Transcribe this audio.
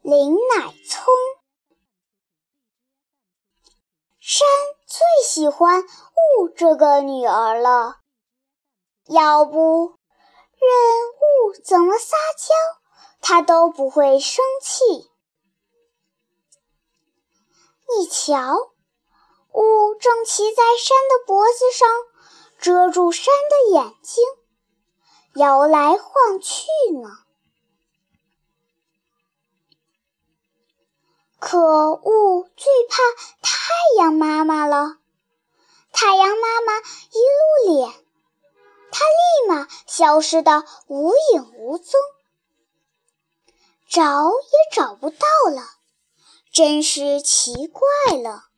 林乃聪。山最喜欢雾这个女儿了，要不任雾怎么撒娇，她都不会生气。你瞧，雾正骑在山的脖子上，遮住山的眼睛，摇来晃去呢。可雾最怕太阳妈妈了，太阳妈妈一露脸，它立马消失得无影无踪，找也找不到了，真是奇怪了。